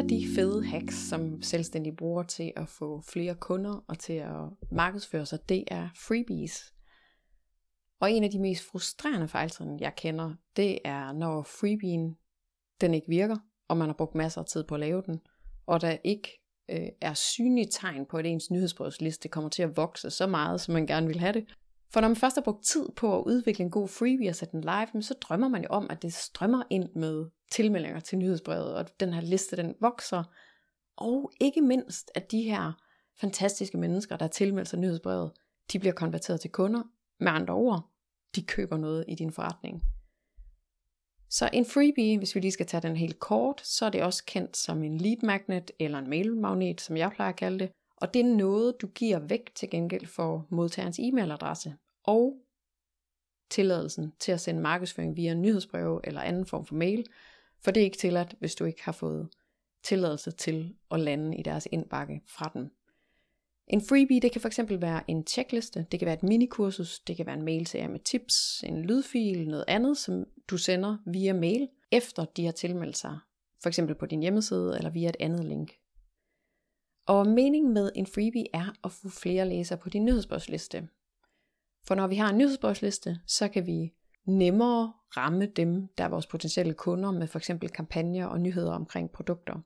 af de fede hacks, som selvstændige bruger til at få flere kunder og til at markedsføre sig, det er freebies. Og en af de mest frustrerende fejltrin, jeg kender, det er, når freebien den ikke virker, og man har brugt masser af tid på at lave den, og der ikke er synlige tegn på, at ens nyhedsbrevsliste kommer til at vokse så meget, som man gerne vil have det. For når man først har brugt tid på at udvikle en god freebie og sætte den live, så drømmer man jo om, at det strømmer ind med tilmeldinger til nyhedsbrevet, og den her liste den vokser. Og ikke mindst, at de her fantastiske mennesker, der tilmelder sig nyhedsbrevet, de bliver konverteret til kunder. Med andre ord, de køber noget i din forretning. Så en freebie, hvis vi lige skal tage den helt kort, så er det også kendt som en lead magnet eller en mailmagnet, som jeg plejer at kalde det. Og det er noget, du giver væk til gengæld for modtagerens e-mailadresse og tilladelsen til at sende markedsføring via nyhedsbreve eller anden form for mail, for det er ikke tilladt, hvis du ikke har fået tilladelse til at lande i deres indbakke fra dem. En freebie, det kan fx være en checkliste, det kan være et minikursus, det kan være en mailserie med tips, en lydfil, noget andet, som du sender via mail, efter de har tilmeldt sig, fx på din hjemmeside eller via et andet link. Og meningen med en freebie er at få flere læsere på din nyhedsbrevsliste. For når vi har en nyhedsbrevsliste, så kan vi nemmere ramme dem, der er vores potentielle kunder med f.eks. kampagner og nyheder omkring produkter.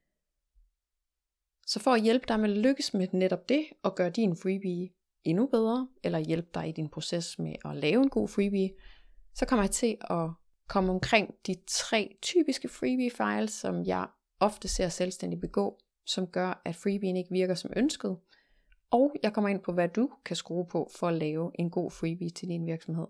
Så for at hjælpe dig med at lykkes med netop det, og gøre din freebie endnu bedre, eller hjælpe dig i din proces med at lave en god freebie, så kommer jeg til at komme omkring de 3 typiske freebie files, som jeg ofte ser selvstændigt begå, som gør, at freebien ikke virker som ønsket. Og jeg kommer ind på, hvad du kan skrue på for at lave en god freebie til din virksomhed.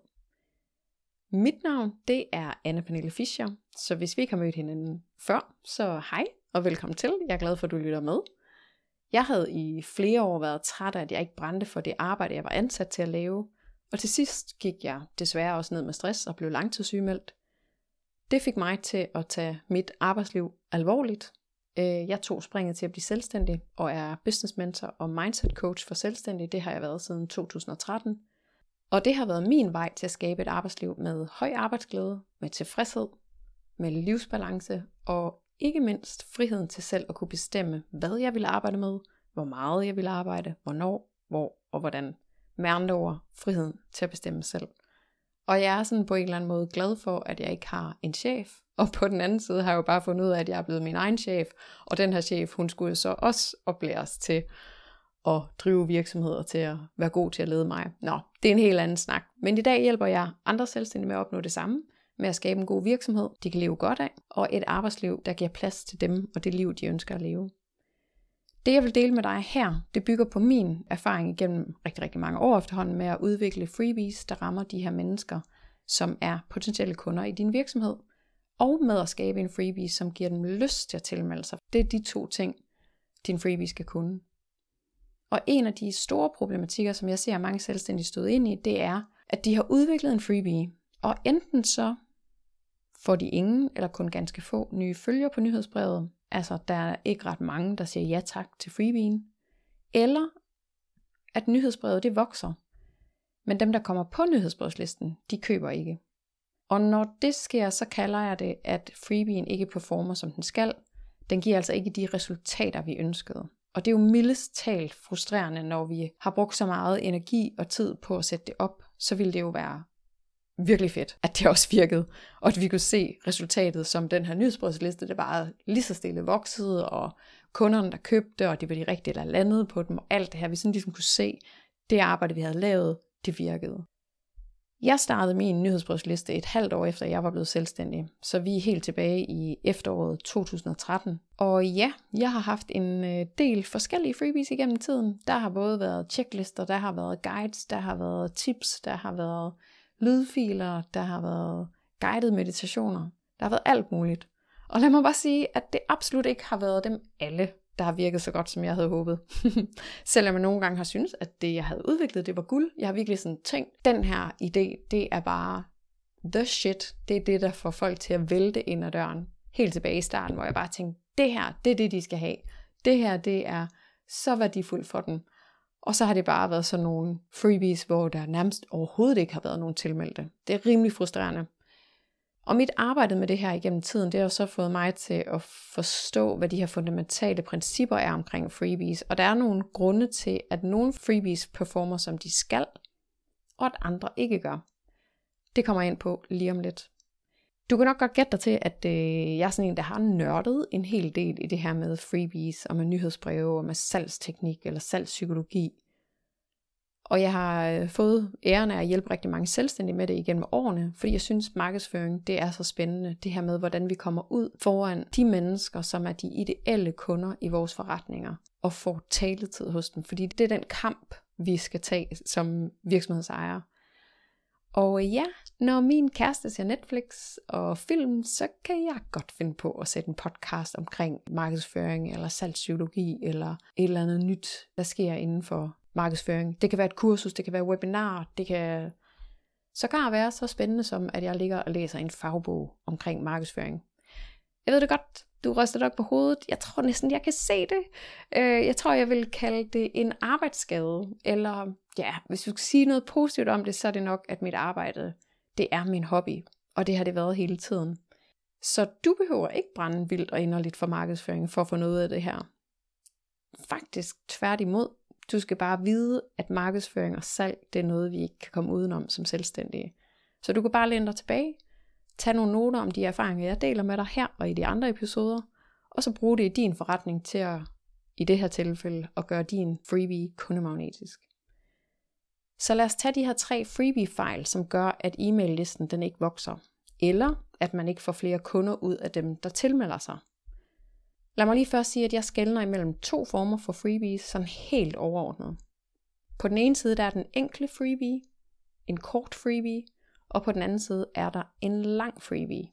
Mit navn, det er Anne Pernille Fischer, så hvis vi ikke har mødt hinanden før, så hej og velkommen til. Jeg er glad for, at du lytter med. Jeg havde i flere år været træt af, at jeg ikke brændte for det arbejde, jeg var ansat til at lave, og til sidst gik jeg desværre også ned med stress og blev langtidssygemeldt. Det fik mig til at tage mit arbejdsliv alvorligt. Jeg tog springet til at blive selvstændig og er business mentor og mindset coach for selvstændige. Det har jeg været siden 2013. Og det har været min vej til at skabe et arbejdsliv med høj arbejdsglæde, med tilfredshed, med livsbalance og ikke mindst friheden til selv at kunne bestemme, hvad jeg vil arbejde med, hvor meget jeg vil arbejde, hvornår, hvor og hvordan. Med andre ord, friheden til at bestemme selv. Og jeg er sådan på en eller anden måde glad for, at jeg ikke har en chef. Og på den anden side har jeg jo bare fundet ud af, at jeg er blevet min egen chef. Og den her chef, hun skulle så også oplæres til at drive virksomheder, til at være god til at lede mig. Nå, det er en helt anden snak. Men i dag hjælper jeg andre selvstændige med at opnå det samme. Med at skabe en god virksomhed, de kan leve godt af. Og et arbejdsliv, der giver plads til dem og det liv, de ønsker at leve. Det jeg vil dele med dig her, det bygger på min erfaring igennem rigtig, rigtig mange år efterhånden med at udvikle freebies, der rammer de her mennesker, som er potentielle kunder i din virksomhed. Og med at skabe en freebie, som giver dem lyst til at tilmelde sig. Det er de 2 ting, din freebie skal kunne. Og en af de store problematikker, som jeg ser mange selvstændige støde ind i, det er, at de har udviklet en freebie, og enten så får de ingen eller kun ganske få nye følgere på nyhedsbrevet. Altså der er ikke ret mange, der siger ja tak til freebien. Eller at nyhedsbrevet det vokser. Men dem der kommer på nyhedsbrevslisten, de køber ikke. Og når det sker, så kalder jeg det, at freebien ikke performer som den skal. Den giver altså ikke de resultater, vi ønskede. Og det er jo mildest talt frustrerende, når vi har brugt så meget energi og tid på at sætte det op. Så ville det jo være virkelig fedt, at det også virkede, og at vi kunne se resultatet som den her nyhedsbrevsliste, det bare lige så stille voksede, og kunderne der købte, og det var de rigtige, der landede på dem, og alt det her, vi sådan ligesom kunne se, det arbejde vi havde lavet, det virkede. Jeg startede min nyhedsbrevsliste et halvt år efter jeg var blevet selvstændig, så vi er helt tilbage i efteråret 2013. Og ja, jeg har haft en del forskellige freebies igennem tiden. Der har både været checklister, der har været guides, der har været tips, der har været lydfiler, der har været guided meditationer, der har været alt muligt. Og lad mig bare sige, at det absolut ikke har været dem alle, der har virket så godt, som jeg havde håbet. Selvom jeg nogle gange har syntes, at det jeg havde udviklet, det var guld. Jeg har virkelig sådan tænkt, den her idé, det er bare the shit. Det er det, der får folk til at vælte ind ad døren. Helt tilbage i starten, hvor jeg bare tænkte, det her, det er det, de skal have. Det her, det er så værdifuldt for dem. Og så har det bare været sådan nogle freebies, hvor der nærmest overhovedet ikke har været nogen tilmeldte. Det er rimelig frustrerende. Og mit arbejde med det her igennem tiden, det har så fået mig til at forstå, hvad de her fundamentale principper er omkring freebies. Og der er nogle grunde til, at nogle freebies performer, som de skal, og at andre ikke gør. Det kommer jeg ind på lige om lidt. Du kan nok godt gætte dig til, at jeg er sådan en, der har nørdet en hel del i det her med freebies, og med nyhedsbreve, og med salgsteknik, eller salgspsykologi. Og jeg har fået æren af at hjælpe rigtig mange selvstændige med det igennem årene, fordi jeg synes, markedsføring, det er så spændende. Det her med, hvordan vi kommer ud foran de mennesker, som er de ideelle kunder i vores forretninger, og får taletid hos dem. Fordi det er den kamp, vi skal tage som virksomhedsejere. Og ja, når min kæreste ser Netflix og film, så kan jeg godt finde på at sætte en podcast omkring markedsføring, eller salgspsykologi, eller et eller andet nyt, der sker inden for markedsføring. Det kan være et kursus, det kan være et webinar, det kan sågar være så spændende som, at jeg ligger og læser en fagbog omkring markedsføring. Jeg ved det godt, du ryster nok på hovedet. Jeg tror næsten, jeg kan se det. Jeg tror, jeg vil kalde det en arbejdsskade. Eller ja, hvis du skal sige noget positivt om det, så er det nok, at mit arbejde, det er min hobby. Og det har det været hele tiden. Så du behøver ikke brænde vildt og inderligt for markedsføring for at få noget af det her. Faktisk tværtimod. Du skal bare vide, at markedsføring og salg, det er noget, vi ikke kan komme udenom som selvstændige. Så du kan bare læne dig tilbage, tage nogle noter om de erfaringer, jeg deler med dig her og i de andre episoder, og så bruge det i din forretning til at, i det her tilfælde, at gøre din freebie kundemagnetisk. Så lad os tage de her 3 freebie-fejl, som gør, at e-mail-listen den ikke vokser, eller at man ikke får flere kunder ud af dem, der tilmelder sig. Lad mig lige først sige, at jeg skelner imellem 2 former for freebies, sådan helt overordnet. På den ene side der er den enkle freebie, en kort freebie, og på den anden side er der en lang freebie.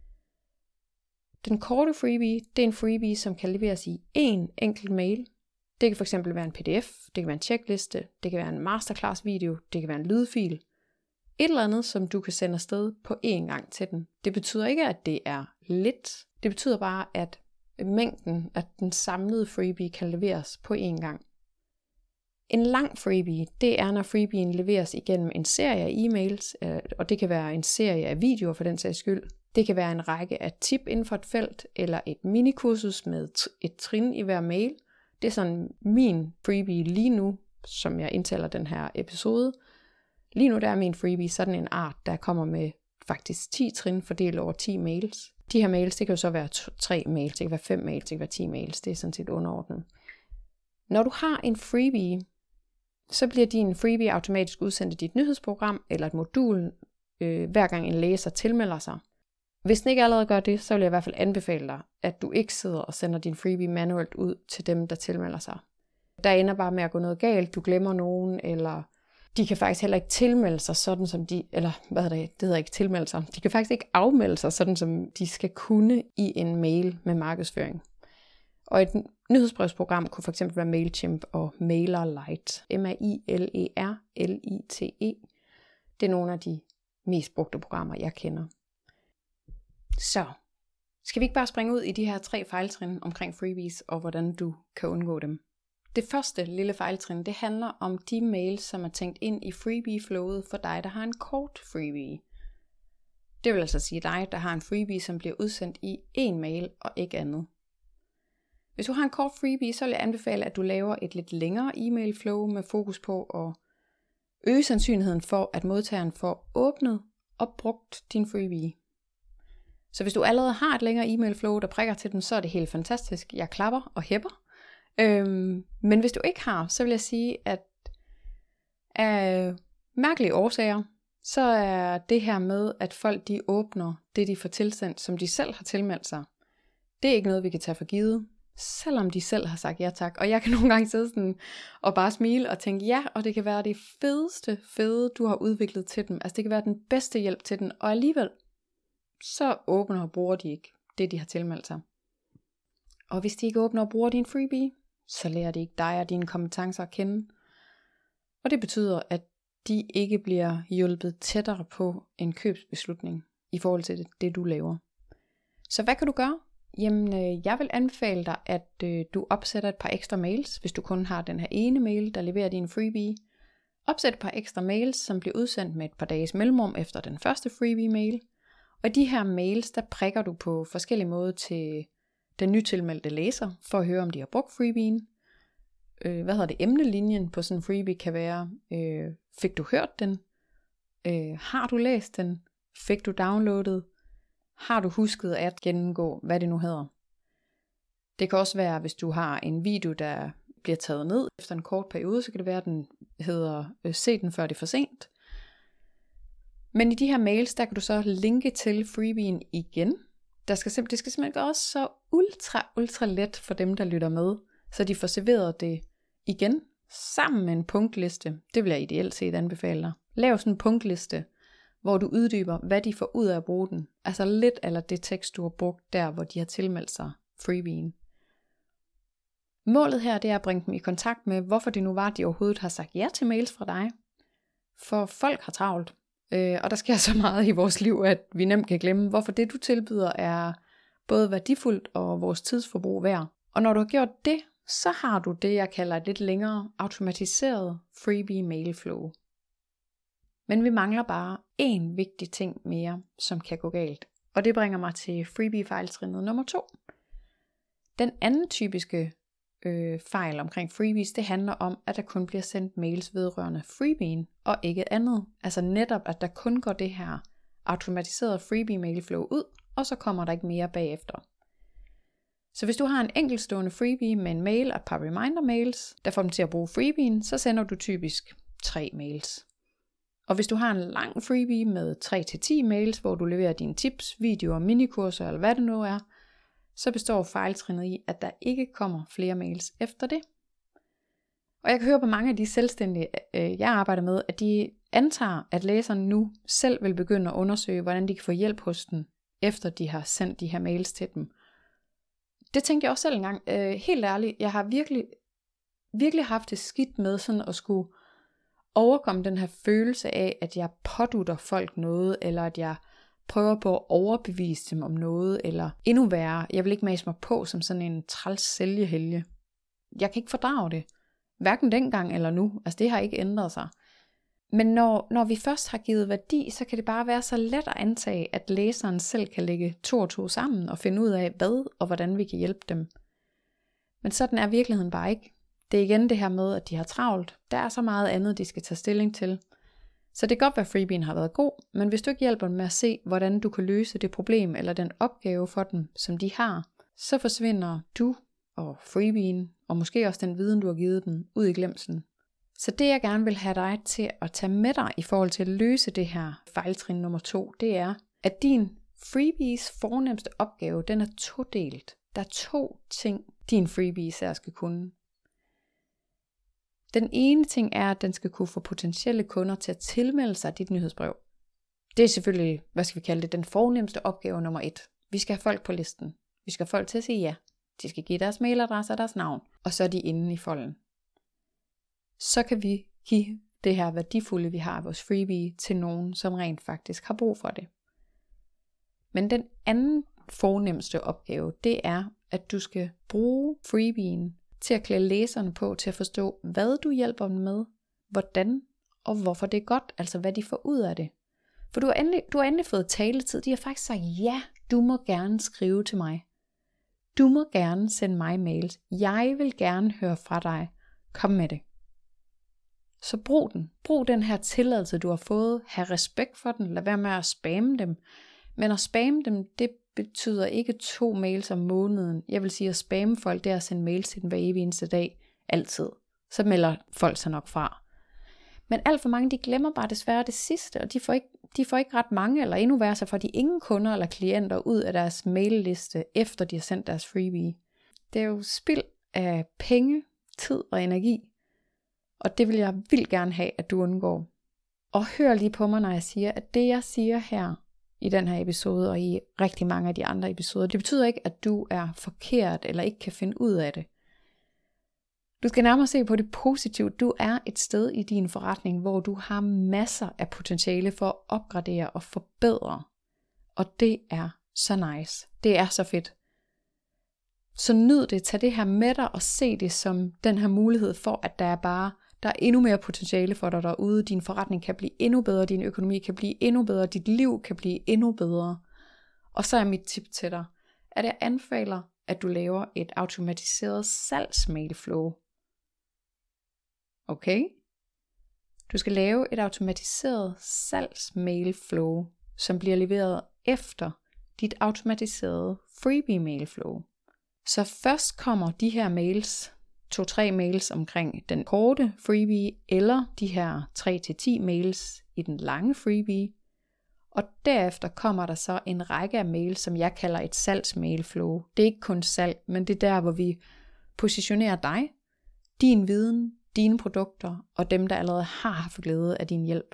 Den korte freebie, det er en freebie, som kan leveres i én enkelt mail. Det kan fx være en pdf, det kan være en checkliste, det kan være en masterclass video, det kan være en lydfil. Et eller andet, som du kan sende afsted på én gang til den. Det betyder ikke, at det er lidt. Det betyder bare, at mængden af den samlede freebie kan leveres på én gang. En lang freebie, det er når freebien leveres igennem en serie af e-mails, og det kan være en serie af videoer for den sags skyld. Det kan være en række af tip inden for et felt, eller et minikursus med et trin i hver mail. Det er sådan min freebie lige nu, som jeg indtaler den her episode. Lige nu der er min freebie sådan en art, der kommer med faktisk 10 trin fordelt over 10 mails. De her mails, det kan jo så være 3 mails, det kan være 5 mails, det kan være 10 mails, det er sådan set underordnet. Når du har en freebie, så bliver din freebie automatisk udsendt i dit nyhedsprogram eller et modul, hver gang en læser tilmelder sig. Hvis den ikke allerede gør det, så vil jeg i hvert fald anbefale dig, at du ikke sidder og sender din freebie manuelt ud til dem, der tilmelder sig. Der ender bare med at gå noget galt, du glemmer nogen, eller de kan faktisk heller ikke tilmelde sig sådan som de, eller hvad hedder det hedder ikke tilmelde sig, de kan faktisk ikke afmelde sig sådan som de skal kunne i en mail med markedsføring. Og et nyhedsbrevsprogram kunne fx være MailChimp og MailerLite. MailerLite. Det er nogle af de mest brugte programmer, jeg kender. Så, skal vi ikke bare springe ud i de her 3 fejltrin omkring freebies og hvordan du kan undgå dem? Det første lille fejltrin, det handler om de mails, som er tænkt ind i freebie-flowet for dig, der har en kort freebie. Det vil altså sige dig, der har en freebie, som bliver udsendt i én mail og ikke andet. Hvis du har en kort freebie, så vil jeg anbefale, at du laver et lidt længere e-mail flow med fokus på at øge sandsynligheden for, at modtageren får åbnet og brugt din freebie. Så hvis du allerede har et længere e-mail flow, der prikker til den, så er det helt fantastisk. Jeg klapper og hæpper. Men hvis du ikke har, så vil jeg sige, at af mærkelige årsager, så er det her med, at folk de åbner det, de får tilsendt, som de selv har tilmeldt sig. Det er ikke noget, vi kan tage for givet, selvom de selv har sagt ja tak. Og jeg kan nogle gange sidde sådan og bare smile og tænke ja, og det kan være det fede, du har udviklet til dem. Altså det kan være den bedste hjælp til den, og alligevel, så åbner og bruger de ikke det, de har tilmeldt sig. Og hvis de ikke åbner og bruger din freebie, så lærer de ikke dig og dine kompetencer at kende. Og det betyder, at de ikke bliver hjulpet tættere på en købsbeslutning i forhold til det du laver. Så hvad kan du gøre? Jamen, jeg vil anbefale dig, at du opsætter et par ekstra mails, hvis du kun har den her ene mail, der leverer din freebie. Opsæt et par ekstra mails, som bliver udsendt med et par dages mellemrum efter den første freebie-mail. Og i de her mails, der prikker du på forskellige måder til den nytilmeldte læser, for at høre, om de har brugt freebien. Emnelinjen på sådan en freebie kan være, fik du hørt den? Har du læst den? Fik du downloadet? Har du husket at gennemgå, hvad det nu hedder? Det kan også være, hvis du har en video, der bliver taget ned efter en kort periode, så kan det være, at den hedder se den før det er for sent. Men i de her mails, der kan du så linke til freebien igen. Det skal simpelthen gøres så ultra let for dem, der lytter med, så de får serveret det igen sammen med en punktliste. Det vil jeg ideelt set anbefale dig. Lav sådan en punktliste, hvor du uddyber, hvad de får ud af at bruge den. Altså lidt eller det tekst, du har brugt der, hvor de har tilmeldt sig freebien. Målet her, det er at bringe dem i kontakt med, hvorfor det nu var, de overhovedet har sagt ja til mails fra dig. For folk har travlt. Og der sker så meget i vores liv, at vi nemt kan glemme, hvorfor det du tilbyder er både værdifuldt og vores tidsforbrug værd. Og når du har gjort det, så har du det, jeg kalder et lidt længere automatiseret freebie mailflow. Men vi mangler bare én vigtig ting mere, som kan gå galt. Og det bringer mig til freebie-fejltrinnet nummer 2. Den anden typiske fejl omkring freebies, det handler om, at der kun bliver sendt mails vedrørende freebien, og ikke andet. Altså netop, at der kun går det her automatiserede freebie mailflow ud, og så kommer der ikke mere bagefter. Så hvis du har en enkeltstående freebie med en mail og et par reminder mails, der får dem til at bruge freebien, så sender du typisk 3 mails. Og hvis du har en lang freebie med 3-10 mails, hvor du leverer dine tips, videoer, minikurser eller hvad det nu er, så består fejltrinnet i, at der ikke kommer flere mails efter det. Og jeg kan høre på mange af de selvstændige, jeg arbejder med, at de antager, at læseren nu selv vil begynde at undersøge, hvordan de kan få hjælp hos den, efter de har sendt de her mails til dem. Det tænkte jeg også selv engang. Helt ærligt, jeg har virkelig haft det skidt med sådan at skulle overkomme den her følelse af, at jeg pådutter folk noget, eller at jeg prøver på at overbevise dem om noget, eller endnu værre, jeg vil ikke mase mig på som sådan en træls sælgehelge. Jeg kan ikke fordrage det, hverken dengang eller nu, altså det har ikke ændret sig. Men når vi først har givet værdi, så kan det bare være så let at antage, at læseren selv kan lægge 2 og 2 sammen, og finde ud af hvad og hvordan vi kan hjælpe dem. Men sådan er virkeligheden bare ikke. Det er igen det her med, at de har travlt. Der er så meget andet, de skal tage stilling til. Så det kan godt være, at freebien har været god, men hvis du ikke hjælper dem med at se, hvordan du kan løse det problem eller den opgave for dem, som de har, så forsvinder du og freebien, og måske også den viden, du har givet dem, ud i glemslen. Så det jeg gerne vil have dig til at tage med dig i forhold til at løse det her fejltrin nummer 2, det er, at din freebies fornemste opgave, den er todelt. Der er 2 ting, din freebie især skal kunne. Den ene ting er, at den skal kunne få potentielle kunder til at tilmelde sig dit nyhedsbrev. Det er selvfølgelig, den fornemste opgave nummer 1. Vi skal have folk på listen. Vi skal have folk til at sige ja. De skal give deres mailadresse og deres navn, og så er de inde i folden. Så kan vi give det her værdifulde, vi har i vores freebie, til nogen, som rent faktisk har brug for det. Men den anden fornemste opgave, det er, at du skal bruge freebien til at klæde læserne på, til at forstå, hvad du hjælper dem med, hvordan og hvorfor det er godt, altså hvad de får ud af det. For du har endelig fået taletid, de har faktisk sagt, ja, du må gerne skrive til mig. Du må gerne sende mig mails. Jeg vil gerne høre fra dig. Kom med det. Så brug den. Brug den her tilladelse, du har fået. Ha' respekt for den. Lad være med at spamme dem. Men at spamme dem, det betyder ikke 2 mails om måneden. Jeg vil sige, at spamme folk, det er at sende mails til den hver evig eneste dag. Altid. Så melder folk sig nok fra. Men alt for mange, de glemmer bare desværre det sidste, og de får ikke ret mange, eller endnu værre, så får de ingen kunder eller klienter ud af deres mailliste, efter de har sendt deres freebie. Det er jo spild af penge, tid og energi, og det vil jeg vildt gerne have, at du undgår. Og hør lige på mig, når jeg siger, at det jeg siger her, i den her episode, og i rigtig mange af de andre episoder, det betyder ikke, at du er forkert, eller ikke kan finde ud af det. Du skal nærmere se på det positive. Du er et sted i din forretning, hvor du har masser af potentiale for at opgradere og forbedre. Og det er så nice. Det er så fedt. Så nyd det. Tag det her med dig og se det som den her mulighed for, at der er endnu mere potentiale for dig derude. Din forretning kan blive endnu bedre, din økonomi kan blive endnu bedre, dit liv kan blive endnu bedre. Og så er mit tip til dig, at jeg anbefaler, at du laver et automatiseret salgsmailflow. Okay? Du skal lave et automatiseret salgsmailflow, som bliver leveret efter dit automatiserede freebie mailflow. Så først kommer de her mails, 2-3 mails omkring den korte freebie, eller de her 3-10 mails i den lange freebie. Og derefter kommer der så en række af mails, som jeg kalder et salgsmailflow. Det er ikke kun salg, men det er der, hvor vi positionerer dig, din viden, dine produkter og dem, der allerede har haft glæde af din hjælp.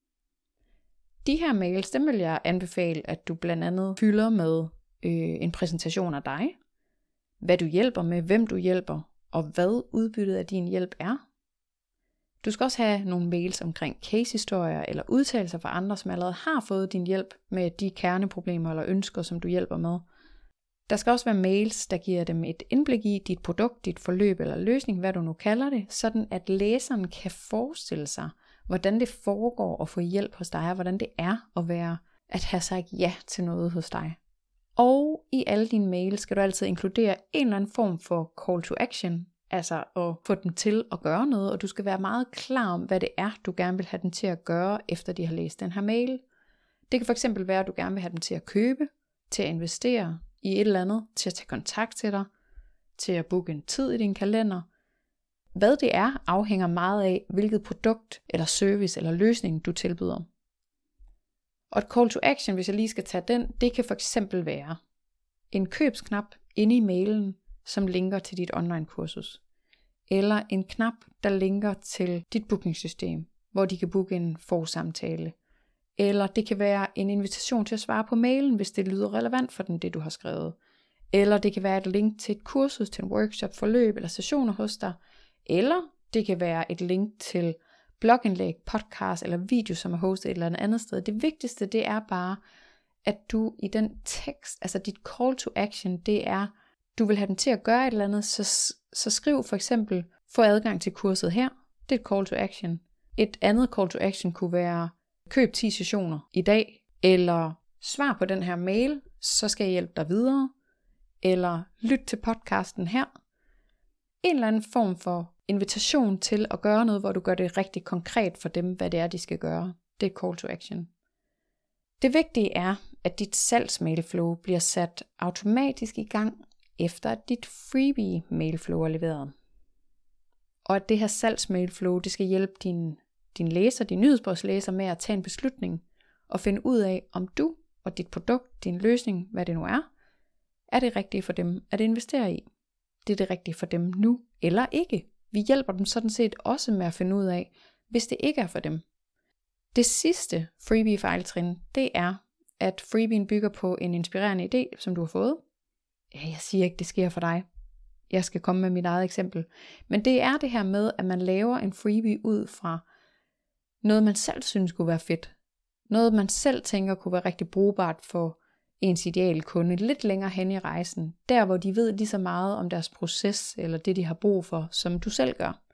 De her mails, dem vil jeg anbefale, at du blandt andet fylder med en præsentation af dig, hvad du hjælper med, hvem du hjælper, og hvad udbyttet af din hjælp er. Du skal også have nogle mails omkring case-historier eller udtalelser fra andre, som allerede har fået din hjælp med de kerneproblemer eller ønsker, som du hjælper med. Der skal også være mails, der giver dem et indblik i dit produkt, dit forløb eller løsning, hvad du nu kalder det, sådan at læseren kan forestille sig, hvordan det foregår at få hjælp hos dig, og hvordan det er at have sagt ja til noget hos dig. Og i alle dine mails skal du altid inkludere en eller anden form for call to action, altså at få dem til at gøre noget, og du skal være meget klar om, hvad det er, du gerne vil have dem til at gøre, efter de har læst den her mail. Det kan fx være, at du gerne vil have dem til at købe, til at investere i et eller andet, til at tage kontakt til dig, til at booke en tid i din kalender. Hvad det er, afhænger meget af, hvilket produkt eller service eller løsning du tilbyder. Og et call to action, hvis jeg lige skal tage den, det kan fx være en købsknap inde i mailen, som linker til dit online kursus. Eller en knap, der linker til dit bookingsystem, hvor de kan booke en forsamtale. Eller det kan være en invitation til at svare på mailen, hvis det lyder relevant for den, det du har skrevet. Eller det kan være et link til et kursus, til en workshop, forløb eller sessioner hos dig. Eller det kan være et link til blogindlæg, podcast eller video, som er hostet et eller andet sted. Det vigtigste, det er bare, at du i den tekst, altså dit call to action, det er, du vil have dem til at gøre et eller andet, så skriv for eksempel, få adgang til kurset her. Det er et call to action. Et andet call to action kunne være, køb 10 sessioner i dag, eller svar på den her mail, så skal jeg hjælpe dig videre, eller lyt til podcasten her. En eller anden form for invitation til at gøre noget, hvor du gør det rigtig konkret for dem, hvad det er, de skal gøre. Det er call to action. Det vigtige er, at dit salgsmailflow bliver sat automatisk i gang, efter at dit freebie mailflow er leveret. Og at det her salgsmailflow, det skal hjælpe din læser, din nyhedsbregslæser med at tage en beslutning og finde ud af, om du og dit produkt, din løsning, hvad det nu er det rigtige for dem at investere i. Det er det rigtige for dem nu eller ikke. Vi hjælper dem sådan set også med at finde ud af, hvis det ikke er for dem. Det sidste freebie-fejltrin, det er, at freebien bygger på en inspirerende idé, som du har fået. Ja, jeg siger ikke, det sker for dig. Jeg skal komme med mit eget eksempel. Men det er det her med, at man laver en freebie ud fra noget, man selv synes kunne være fedt. Noget, man selv tænker kunne være rigtig brugbart for ens ideale kunde lidt længere hen i rejsen. Der, hvor de ved lige så meget om deres proces, eller det, de har brug for, som du selv gør.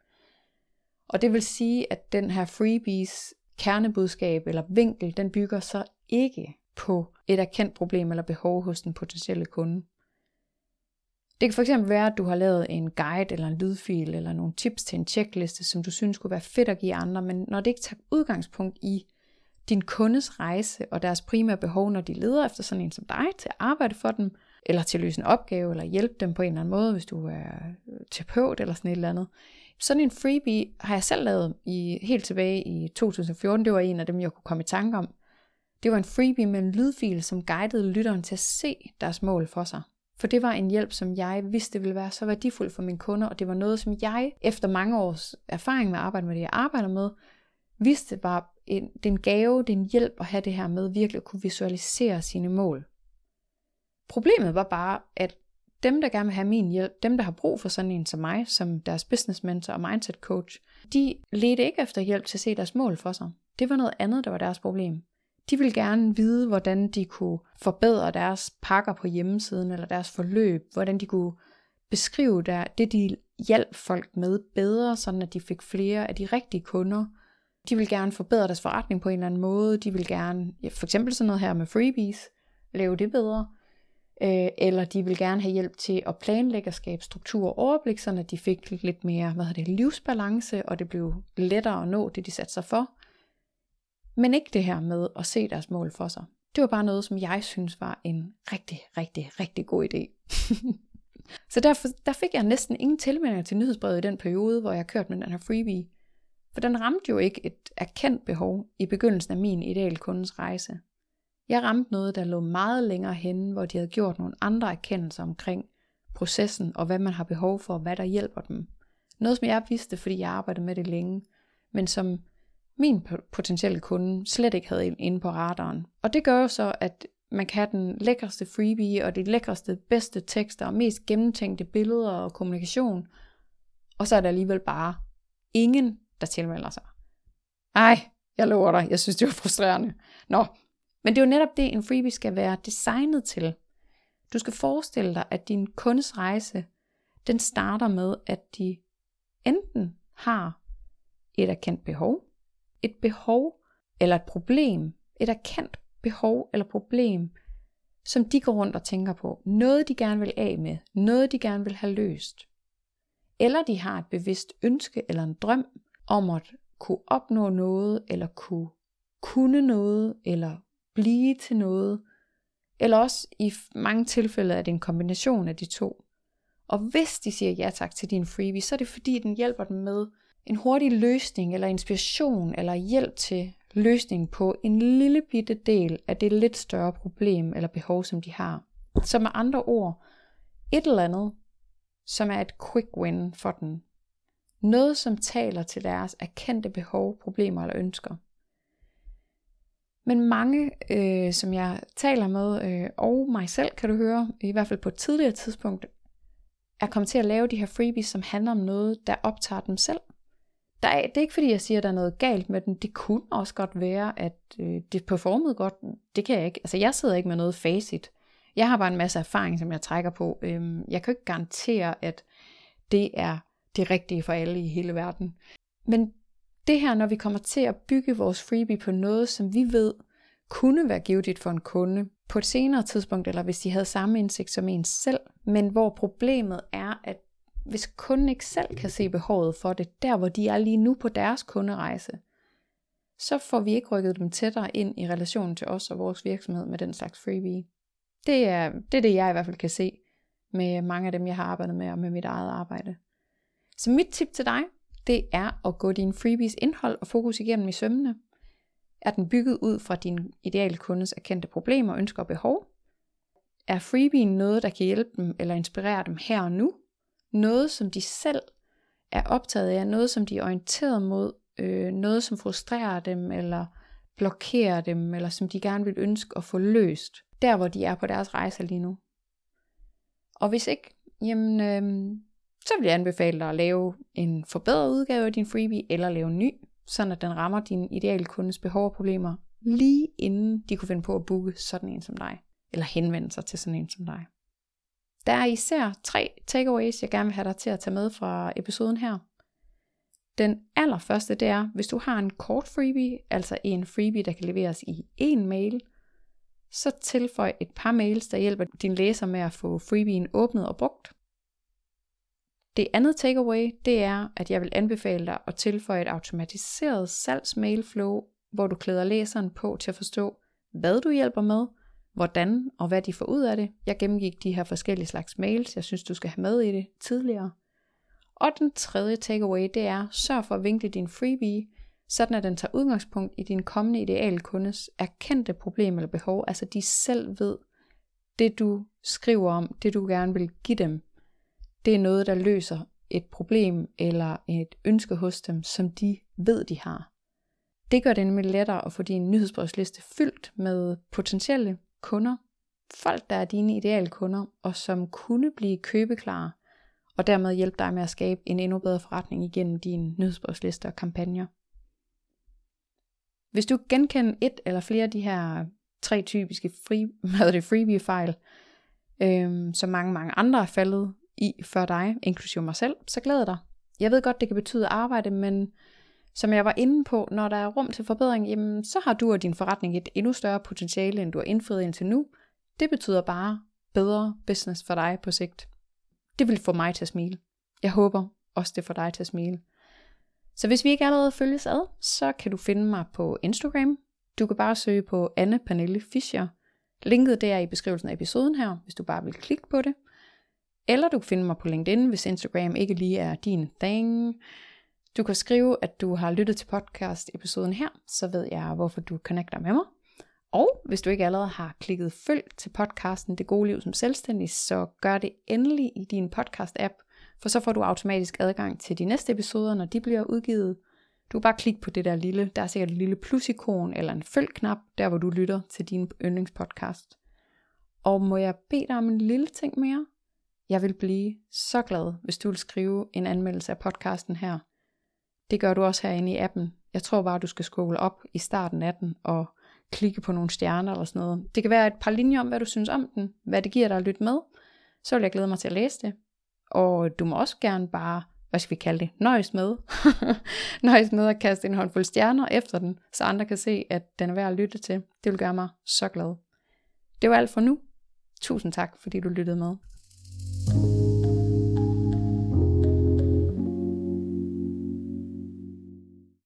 Og det vil sige, at den her freebies kernebudskab eller vinkel, den bygger så ikke på et erkendt problem eller behov hos den potentielle kunde. Det kan fx være, at du har lavet en guide eller en lydfil eller nogle tips til en checkliste, som du synes kunne være fedt at give andre, men når det ikke tager udgangspunkt i din kundes rejse og deres primære behov, når de leder efter sådan en som dig til at arbejde for dem, eller til at løse en opgave, eller hjælpe dem på en eller anden måde, hvis du er terapeut eller sådan et eller andet. Sådan en freebie har jeg selv lavet helt tilbage i 2014. Det var en af dem, jeg kunne komme i tanke om. Det var en freebie med en lydfil, som guidede lytteren til at se deres mål for sig. For det var en hjælp, som jeg vidste ville være så værdifuld for mine kunder, og det var noget, som jeg efter mange års erfaring med at arbejde med det, jeg arbejder med, vidste var en gave, det er en hjælp at have det her med virkelig at kunne visualisere sine mål. Problemet var bare, at dem, der gerne vil have min hjælp, dem, der har brug for sådan en som mig, som deres business mentor og mindset coach, de ledte ikke efter hjælp til at se deres mål for sig. Det var noget andet, der var deres problem. De ville gerne vide, hvordan de kunne forbedre deres pakker på hjemmesiden, eller deres forløb, hvordan de kunne beskrive det, de hjalp folk med bedre, sådan at de fik flere af de rigtige kunder. De ville gerne forbedre deres forretning på en eller anden måde. De ville gerne, for eksempel sådan noget her med freebies, lave det bedre. Eller de vil gerne have hjælp til at planlægge og skabe struktur og overblik, så de fik lidt mere livsbalance, og det blev lettere at nå det, de satte sig for. Men ikke det her med at se deres mål for sig. Det var bare noget, som jeg synes var en rigtig, rigtig, rigtig god idé. Så der fik jeg næsten ingen tilmeldinger til nyhedsbrevet i den periode, hvor jeg kørte med den her freebie. For den ramte jo ikke et erkendt behov i begyndelsen af min ideelle kundes rejse. Jeg ramte noget, der lå meget længere henne, hvor de havde gjort nogle andre erkendelser omkring processen, og hvad man har behov for, og hvad der hjælper dem. Noget, som jeg vidste, fordi jeg arbejdede med det længe, men som min potentielle kunde slet ikke havde inde på radaren. Og det gør jo så, at man kan have den lækreste freebie, og de lækreste, bedste tekster, og mest gennemtænkte billeder og kommunikation, og så er der alligevel bare ingen, der tilmelder sig. Ej, jeg lover dig, jeg synes, det var frustrerende. Nå, men det er jo netop det, en freebie skal være designet til. Du skal forestille dig, at din kundes rejse, den starter med, at de enten har et erkendt behov, et behov eller et problem, et erkendt behov eller problem, som de går rundt og tænker på, noget de gerne vil af med, noget de gerne vil have løst. Eller de har et bevidst ønske eller en drøm om at kunne opnå noget, eller kunne noget, eller blive til noget, eller også i mange tilfælde er det en kombination af de to. Og hvis de siger ja tak til din freebie, så er det fordi den hjælper dem med en hurtig løsning, eller inspiration, eller hjælp til løsning på en lille bitte del af det lidt større problem eller behov, som de har. Så med andre ord, et eller andet, som er et quick win for den. Noget, som taler til deres erkendte behov, problemer eller ønsker. Men mange, som jeg taler med, og mig selv kan du høre, i hvert fald på et tidligere tidspunkt, er kommet til at lave de her freebies, som handler om noget, der optager dem selv. Det er ikke fordi, jeg siger, at der er noget galt med den. Det kunne også godt være, at det performede godt. Det kan jeg ikke. Altså, jeg sidder ikke med noget facit. Jeg har bare en masse erfaring, som jeg trækker på. Jeg kan ikke garantere, at det er det rigtige for alle i hele verden. Men det her, når vi kommer til at bygge vores freebie på noget, som vi ved kunne være givtigt for en kunde på et senere tidspunkt, eller hvis de havde samme indsigt som en selv, men hvor problemet er, at hvis kunden ikke selv kan se behovet for det, der hvor de er lige nu på deres kunderejse, så får vi ikke rykket dem tættere ind i relationen til os og vores virksomhed med den slags freebie. Det er det, jeg i hvert fald kan se med mange af dem, jeg har arbejdet med og med mit eget arbejde. Så mit tip til dig, det er at gå din freebies indhold og fokus igennem i sømmene. Er den bygget ud fra din ideale kundes erkendte problemer, ønsker og behov? Er freebien noget, der kan hjælpe dem eller inspirere dem her og nu? Noget, som de selv er optaget af, noget, som de er orienteret mod, noget, som frustrerer dem eller blokerer dem, eller som de gerne vil ønske at få løst, der hvor de er på deres rejse lige nu. Og hvis ikke, så vil jeg anbefale dig at lave en forbedret udgave af din freebie, eller lave en ny, sådan at den rammer din ideale kundes behov og problemer, lige inden de kunne finde på at booke sådan en som dig, eller henvende sig til sådan en som dig. Der er især 3 takeaways, jeg gerne vil have dig til at tage med fra episoden her. Den allerførste, det er, hvis du har en kort freebie, altså en freebie, der kan leveres i en mail, så tilføj et par mails, der hjælper din læser med at få freebien åbnet og brugt. Det andet takeaway, det er, at jeg vil anbefale dig at tilføje et automatiseret salgsmailflow, hvor du klæder læseren på til at forstå, hvad du hjælper med, hvordan og hvad de får ud af det. Jeg gennemgik de her forskellige slags mails, jeg synes, du skal have med i det tidligere. Og den tredje takeaway, det er, sørg for at vinkle din freebie, sådan at den tager udgangspunkt i din kommende ideale kundes erkendte problem eller behov, altså de selv ved, det du skriver om, det du gerne vil give dem, det er noget, der løser et problem eller et ønske hos dem, som de ved, de har. Det gør det nemlig lettere at få din nyhedsbrevsliste fyldt med potentielle kunder, folk der er dine ideale kunder, og som kunne blive købeklare, og dermed hjælpe dig med at skabe en endnu bedre forretning igennem dine nyhedsbrevslister og kampagner. Hvis du genkender et eller flere af de her 3 typiske freebie-fejl, som mange andre er faldet i før dig, inklusive mig selv, så glæder dig. Jeg ved godt, det kan betyde arbejde, men som jeg var inde på, når der er rum til forbedring, så har du og din forretning et endnu større potentiale, end du har indfriet indtil nu. det betyder bare bedre business for dig på sigt. Det vil få mig til at smile. Jeg håber også det får dig til at smile. Så hvis vi ikke allerede følges ad, så kan du finde mig på Instagram. Du kan bare søge på Anne Pernille Fischer. Linket der i beskrivelsen af episoden her, hvis du bare vil klikke på det. Eller du kan finde mig på LinkedIn, hvis Instagram ikke lige er din thing. Du kan skrive, at du har lyttet til podcast-episoden her, så ved jeg, hvorfor du connecter med mig. Og hvis du ikke allerede har klikket følg til podcasten Det Gode Liv som Selvstændig, så gør det endelig i din podcast-app, for så får du automatisk adgang til de næste episoder, når de bliver udgivet. Du kan bare klikke på det der er sikkert et lille plus-ikon eller en følg-knap, der hvor du lytter til din yndlingspodcast. Og må jeg bede dig om en lille ting mere? Jeg vil blive så glad, hvis du vil skrive en anmeldelse af podcasten her. Det gør du også herinde i appen. Jeg tror bare, du skal scrolle op i starten af den og klikke på nogle stjerner eller sådan noget. Det kan være et par linjer om, hvad du synes om den, hvad det giver dig at lytte med. Så vil jeg glæde mig til at læse det. Og du må også gerne bare, hvad skal vi kalde det, nøjes med at kaste en håndfuld stjerner efter den, så andre kan se, at den er værd at lytte til. Det vil gøre mig så glad. Det var alt for nu. Tusind tak, fordi du lyttede med.